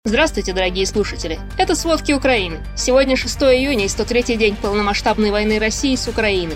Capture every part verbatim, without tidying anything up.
Здравствуйте, дорогие слушатели! Это «Сводки Украины». Сегодня шестое июня и сто третий день полномасштабной войны России с Украиной.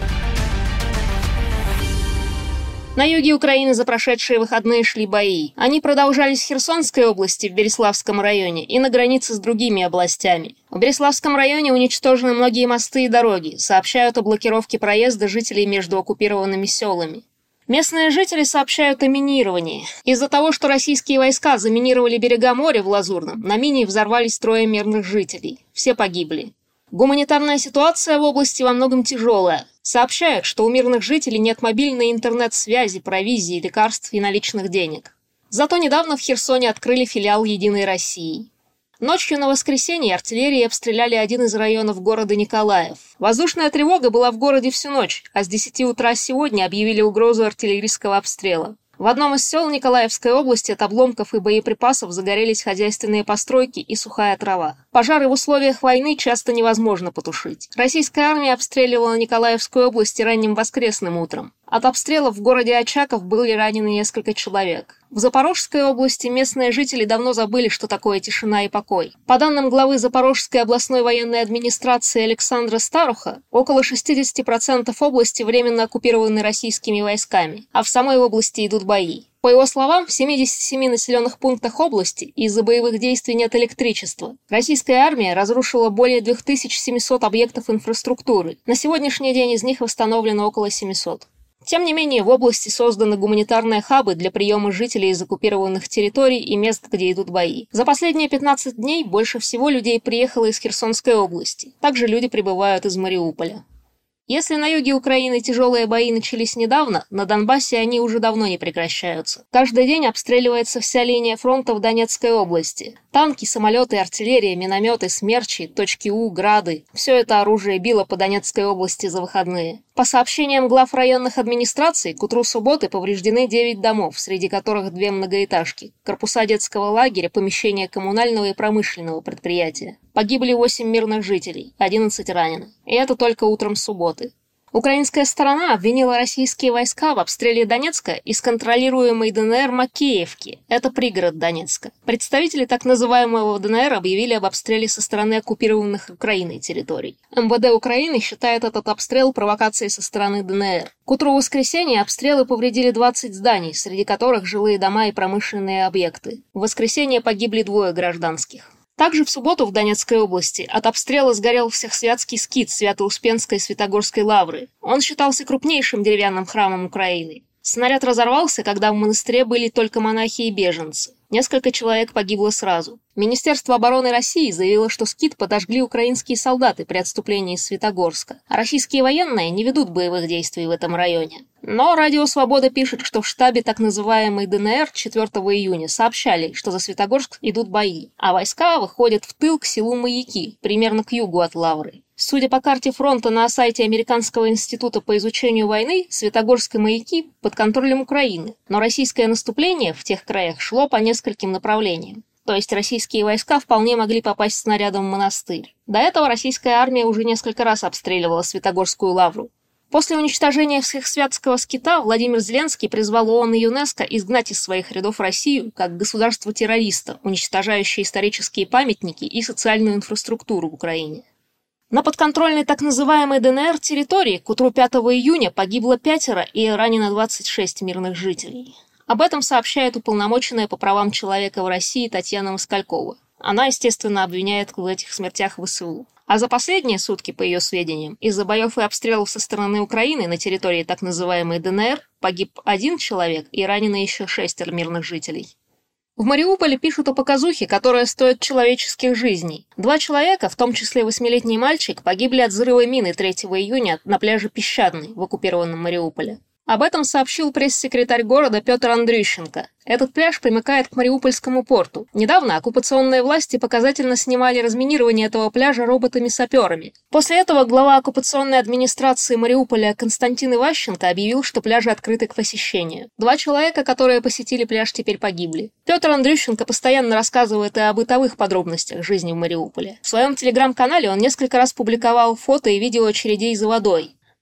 На юге Украины за прошедшие выходные шли бои. Они продолжались в Херсонской области, в Береславском районе и на границе с другими областями. В Береславском районе уничтожены многие мосты и дороги, сообщают о блокировке проезда жителей между оккупированными селами. Местные жители сообщают о минировании. Из-за того, что российские войска заминировали берега моря в Лазурном, на мине взорвались трое мирных жителей. Все погибли. Гуманитарная ситуация в области во многом тяжелая. Сообщают, что у мирных жителей нет мобильной интернет-связи, провизии, лекарств и наличных денег. Зато недавно в Херсоне открыли филиал «Единой России». Ночью на воскресенье артиллерией обстреляли один из районов города Николаев. Воздушная тревога была в городе всю ночь, а с десяти утра сегодня объявили угрозу артиллерийского обстрела. В одном из сел Николаевской области от обломков и боеприпасов загорелись хозяйственные постройки и сухая трава. Пожары в условиях войны часто невозможно потушить. Российская армия обстреливала Николаевскую область ранним воскресным утром. От обстрелов в городе Очаков были ранены несколько человек. В Запорожской области местные жители давно забыли, что такое тишина и покой. По данным главы Запорожской областной военной администрации Александра Старуха, около шестьдесят процентов области временно оккупированы российскими войсками, а в самой области идут бои. По его словам, в семидесяти семи населенных пунктах области из-за боевых действий нет электричества. Российская армия разрушила более две тысячи семьсот объектов инфраструктуры. На сегодняшний день из них восстановлено около семисот. Тем не менее, в области созданы гуманитарные хабы для приема жителей из оккупированных территорий и мест, где идут бои. За последние пятнадцать дней больше всего людей приехало из Херсонской области. Также люди прибывают из Мариуполя. Если на юге Украины тяжелые бои начались недавно, на Донбассе они уже давно не прекращаются. Каждый день обстреливается вся линия фронта в Донецкой области. Танки, самолеты, артиллерия, минометы, смерчи, точки У, грады – все это оружие било по Донецкой области за выходные. По сообщениям глав районных администраций, к утру субботы повреждены девять домов, среди которых две многоэтажки, корпуса детского лагеря, помещения коммунального и промышленного предприятия. Погибли восемь мирных жителей, одиннадцать ранены. И это только утром субботы. Украинская сторона обвинила российские войска в обстреле Донецка из контролируемой ДНР Макеевки. Это пригород Донецка. Представители так называемого ДНР объявили об обстреле со стороны оккупированных Украиной территорий. МВД Украины считает этот обстрел провокацией со стороны ДНР. К утру воскресенья обстрелы повредили двадцать зданий, среди которых жилые дома и промышленные объекты. В воскресенье погибли двое гражданских. Также в субботу в Донецкой области от обстрела сгорел Всехсвятский скит Свято-Успенской Святогорской лавры. Он считался крупнейшим деревянным храмом Украины. Снаряд разорвался, когда в монастыре были только монахи и беженцы. Несколько человек погибло сразу. Министерство обороны России заявило, что скит подожгли украинские солдаты при отступлении из Светогорска, а российские военные не ведут боевых действий в этом районе. Но Радио Свобода пишет, что в штабе так называемой ДНР четвёртого июня сообщали, что за Светогорск идут бои, а войска выходят в тыл к селу Маяки, примерно к югу от Лавры. Судя по карте фронта на сайте Американского института по изучению войны, Светогорск и Маяки под контролем Украины, но российское наступление в тех краях шло по нескольким направлениям. То есть российские войска вполне могли попасть снарядом в монастырь. До этого российская армия уже несколько раз обстреливала Светогорскую лавру. После уничтожения Всехсвятского скита Владимир Зеленский призвал ООН и ЮНЕСКО изгнать из своих рядов Россию как государство-террориста, уничтожающее исторические памятники и социальную инфраструктуру в Украине. На подконтрольной так называемой ДНР территории к утру пятого июня погибло пятеро и ранено двадцать шесть мирных жителей. Об этом сообщает уполномоченная по правам человека в России Татьяна Москалькова. Она, естественно, обвиняет в этих смертях ВСУ. А за последние сутки, по ее сведениям, из-за боев и обстрелов со стороны Украины на территории так называемой ДНР погиб один человек и ранено еще шестеро мирных жителей. В Мариуполе пишут о показухе, которая стоит человеческих жизней. Два человека, в том числе восьмилетний мальчик, погибли от взрыва мины третьего июня на пляже Песчаный в оккупированном Мариуполе. Об этом сообщил пресс-секретарь города Петр Андрющенко. Этот пляж примыкает к Мариупольскому порту. Недавно оккупационные власти показательно снимали разминирование этого пляжа роботами-саперами. После этого глава оккупационной администрации Мариуполя Константин Иващенко объявил, что пляжи открыты к посещению. Два человека, которые посетили пляж, теперь погибли. Петр Андрющенко постоянно рассказывает и о бытовых подробностях жизни в Мариуполе. В своем телеграм-канале он несколько раз публиковал фото и видео очередей за водой.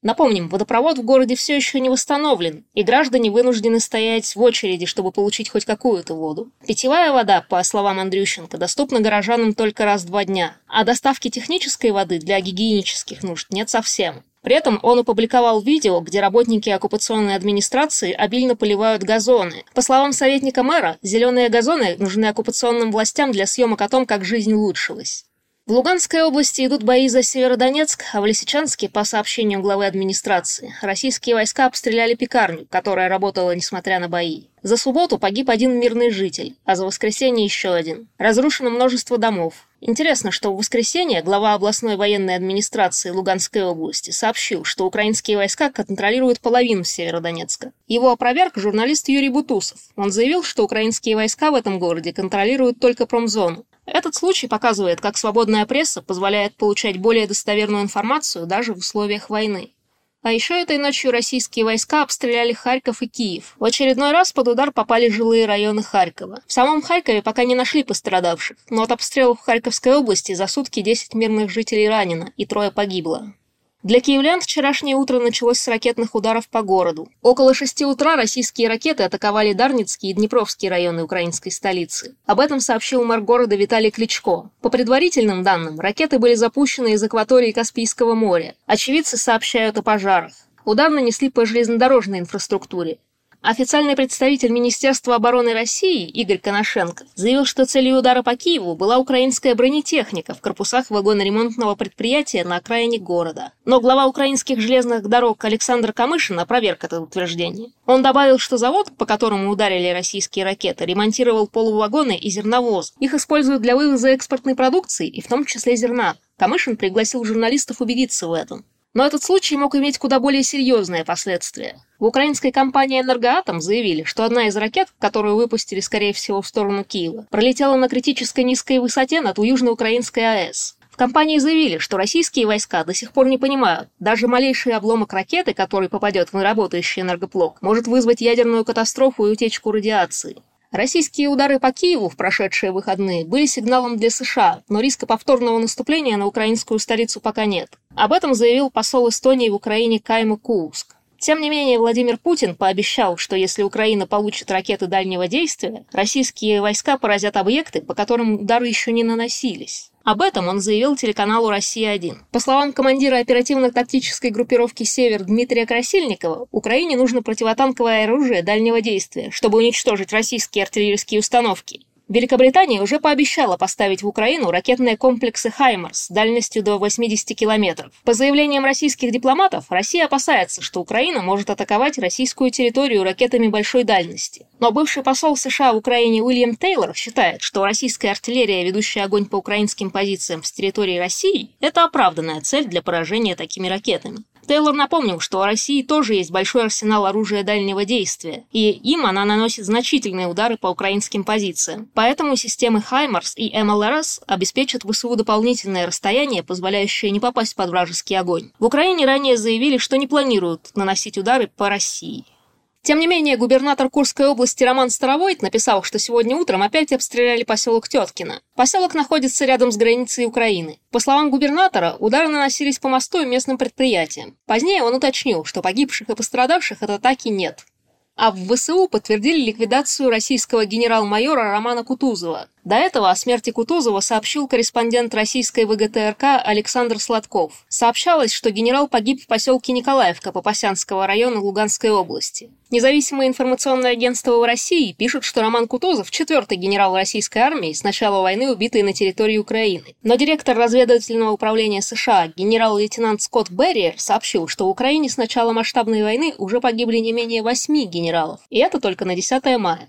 Напомним, водопровод в городе все еще не восстановлен, и граждане вынуждены стоять в очереди, чтобы получить хоть какую-то воду. Питьевая вода, по словам Андрющенко, доступна горожанам только раз в два дня, а доставки технической воды для гигиенических нужд нет совсем. При этом он опубликовал видео, где работники оккупационной администрации обильно поливают газоны. По словам советника мэра, зеленые газоны нужны оккупационным властям для съемок о том, как жизнь улучшилась. В Луганской области идут бои за Северодонецк, а в Лисичанске, по сообщению главы администрации, российские войска обстреляли пекарню, которая работала несмотря на бои. За субботу погиб один мирный житель, а за воскресенье еще один. Разрушено множество домов. Интересно, что в воскресенье глава областной военной администрации Луганской области сообщил, что украинские войска контролируют половину Северодонецка. Его опроверг журналист Юрий Бутусов. Он заявил, что украинские войска в этом городе контролируют только промзону. Этот случай показывает, как свободная пресса позволяет получать более достоверную информацию даже в условиях войны. А еще этой ночью российские войска обстреляли Харьков и Киев. В очередной раз под удар попали жилые районы Харькова. В самом Харькове пока не нашли пострадавших, но от обстрелов в Харьковской области за сутки десять мирных жителей ранено и трое погибло. Для киевлян вчерашнее утро началось с ракетных ударов по городу. Около шести утра российские ракеты атаковали Дарницкий и Днепровский районы украинской столицы. Об этом сообщил мэр города Виталий Кличко. По предварительным данным, ракеты были запущены из акватории Каспийского моря. Очевидцы сообщают о пожарах. Удар нанесли по железнодорожной инфраструктуре. Официальный представитель Министерства обороны России Игорь Коношенко заявил, что целью удара по Киеву была украинская бронетехника в корпусах вагоноремонтного предприятия на окраине города. Но глава украинских железных дорог Александр Камышин опроверг это утверждение. Он добавил, что завод, по которому ударили российские ракеты, ремонтировал полувагоны и зерновоз. Их используют для вывоза экспортной продукции, и в том числе зерна. Камышин пригласил журналистов убедиться в этом. Но этот случай мог иметь куда более серьезные последствия. В украинской компании «Энергоатом» заявили, что одна из ракет, которую выпустили, скорее всего, в сторону Киева, пролетела на критической низкой высоте над Южноукраинской АЭС. В компании заявили, что российские войска до сих пор не понимают, даже малейший обломок ракеты, который попадет в неработающий энергоблок, может вызвать ядерную катастрофу и утечку радиации. Российские удары по Киеву в прошедшие выходные были сигналом для США, но риска повторного наступления на украинскую столицу пока нет. Об этом заявил посол Эстонии в Украине Каймо Кууск. Тем не менее, Владимир Путин пообещал, что если Украина получит ракеты дальнего действия, российские войска поразят объекты, по которым удары еще не наносились. Об этом он заявил телеканалу «Россия один». По словам командира оперативно-тактической группировки «Север» Дмитрия Красильникова, Украине нужно противотанковое оружие дальнего действия, чтобы уничтожить российские артиллерийские установки. Великобритания уже пообещала поставить в Украину ракетные комплексы «Хаймарс» дальностью до восьмидесяти километров. По заявлениям российских дипломатов, Россия опасается, что Украина может атаковать российскую территорию ракетами большой дальности. Но бывший посол США в Украине Уильям Тейлор считает, что российская артиллерия, ведущая огонь по украинским позициям с территории России, это оправданная цель для поражения такими ракетами. Тейлор напомнил, что у России тоже есть большой арсенал оружия дальнего действия, и им она наносит значительные удары по украинским позициям. Поэтому системы «Хаймарс» и эм эл эр эс обеспечат ВСУ дополнительное расстояние, позволяющее не попасть под вражеский огонь. В Украине ранее заявили, что не планируют наносить удары по России. Тем не менее, губернатор Курской области Роман Старовойт написал, что сегодня утром опять обстреляли поселок Теткино. Поселок находится рядом с границей Украины. По словам губернатора, удары наносились по мосту и местным предприятиям. Позднее он уточнил, что погибших и пострадавших от атаки нет. А в ВСУ подтвердили ликвидацию российского генерал-майора Романа Кутузова. До этого о смерти Кутузова сообщил корреспондент российской вэ гэ тэ эр ка Александр Сладков. Сообщалось, что генерал погиб в поселке Николаевка Попасянского района Луганской области. Независимое информационное агентство в России пишет, что Роман Кутузов – четвертый генерал российской армии с начала войны, убитый на территории Украины. Но директор разведывательного управления США генерал-лейтенант Скотт Берриер сообщил, что в Украине с начала масштабной войны уже погибли не менее восьми генералов. И это только на десятое мая.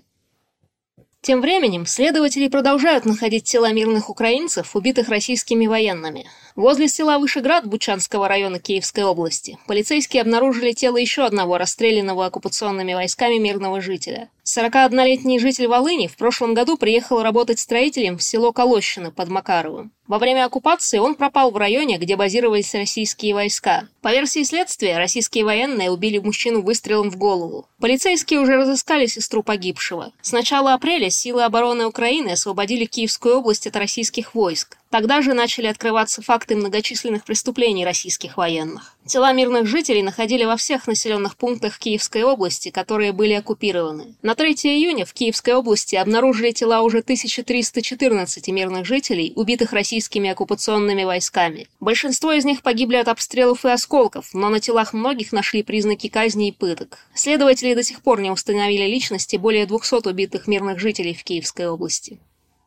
Тем временем следователи продолжают находить тела мирных украинцев, убитых российскими военными. Возле села Вышеград Бучанского района Киевской области полицейские обнаружили тело еще одного расстрелянного оккупационными войсками мирного жителя. сорокаоднолетний житель Волыни в прошлом году приехал работать строителем в село Колощино под Макаровым. Во время оккупации он пропал в районе, где базировались российские войска. По версии следствия, российские военные убили мужчину выстрелом в голову. Полицейские уже разыскали сестру погибшего. С начала апреля силы обороны Украины освободили Киевскую область от российских войск. Тогда же начали открываться факты многочисленных преступлений российских военных. Тела мирных жителей находили во всех населенных пунктах Киевской области, которые были оккупированы. На третьего июня в Киевской области обнаружили тела уже тысяча триста четырнадцати мирных жителей, убитых российскими оккупационными войсками. Большинство из них погибли от обстрелов и осколков, но на телах многих нашли признаки казни и пыток. Следователи до сих пор не установили личности более двухсот убитых мирных жителей в Киевской области.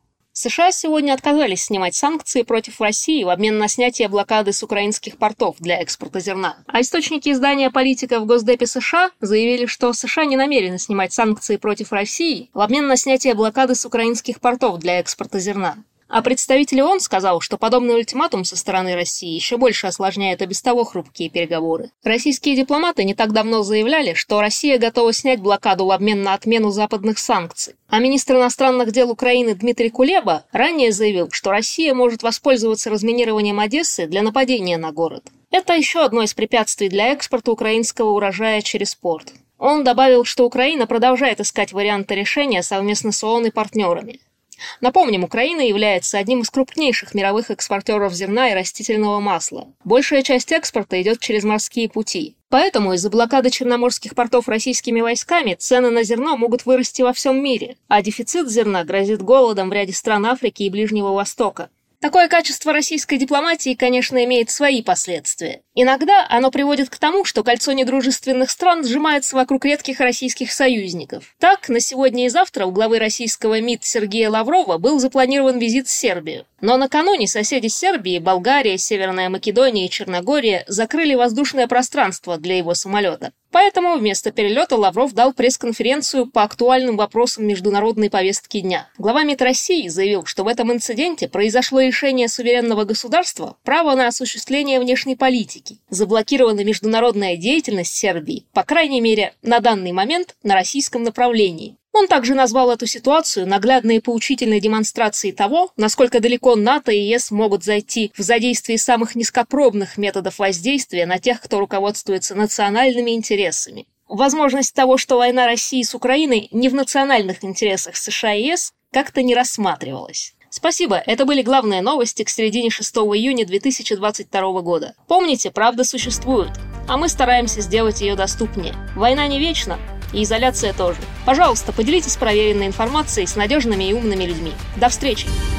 США сегодня отказались снимать санкции против России в обмен на снятие блокады с украинских портов для экспорта зерна. А источники издания «Политика» в Госдепе США заявили, что США не намерены снимать санкции против России в обмен на снятие блокады с украинских портов для экспорта зерна. А представитель ООН сказал, что подобный ультиматум со стороны России еще больше осложняет и без того хрупкие переговоры. Российские дипломаты не так давно заявляли, что Россия готова снять блокаду в обмен на отмену западных санкций. А министр иностранных дел Украины Дмитрий Кулеба ранее заявил, что Россия может воспользоваться разминированием Одессы для нападения на город. Это еще одно из препятствий для экспорта украинского урожая через порт. Он добавил, что Украина продолжает искать варианты решения совместно с ООН и партнерами. Напомним, Украина является одним из крупнейших мировых экспортеров зерна и растительного масла. Большая часть экспорта идет через морские пути. Поэтому из-за блокады черноморских портов российскими войсками цены на зерно могут вырасти во всем мире, а дефицит зерна грозит голодом в ряде стран Африки и Ближнего Востока. Такое качество российской дипломатии, конечно, имеет свои последствия. Иногда оно приводит к тому, что кольцо недружественных стран сжимается вокруг редких российских союзников. Так, на сегодня и завтра у главы российского МИД Сергея Лаврова был запланирован визит в Сербию. Но накануне соседи Сербии, Болгария, Северная Македония и Черногория закрыли воздушное пространство для его самолета. Поэтому вместо перелета Лавров дал пресс-конференцию по актуальным вопросам международной повестки дня. Глава МИД России заявил, что в этом инциденте произошло лишение суверенного государства права на осуществление внешней политики. Заблокирована международная деятельность Сербии, по крайней мере, на данный момент на российском направлении. Он также назвал эту ситуацию наглядной и поучительной демонстрацией того, насколько далеко НАТО и ЕС могут зайти в задействии самых низкопробных методов воздействия на тех, кто руководствуется национальными интересами. Возможность того, что война России с Украиной не в национальных интересах США и ЕС, как-то не рассматривалась. Спасибо, это были главные новости к середине шестого июня две тысячи двадцать второго года. Помните, правда существует, а мы стараемся сделать ее доступнее. Война не вечна, и изоляция тоже. Пожалуйста, поделитесь проверенной информацией с надежными и умными людьми. До встречи!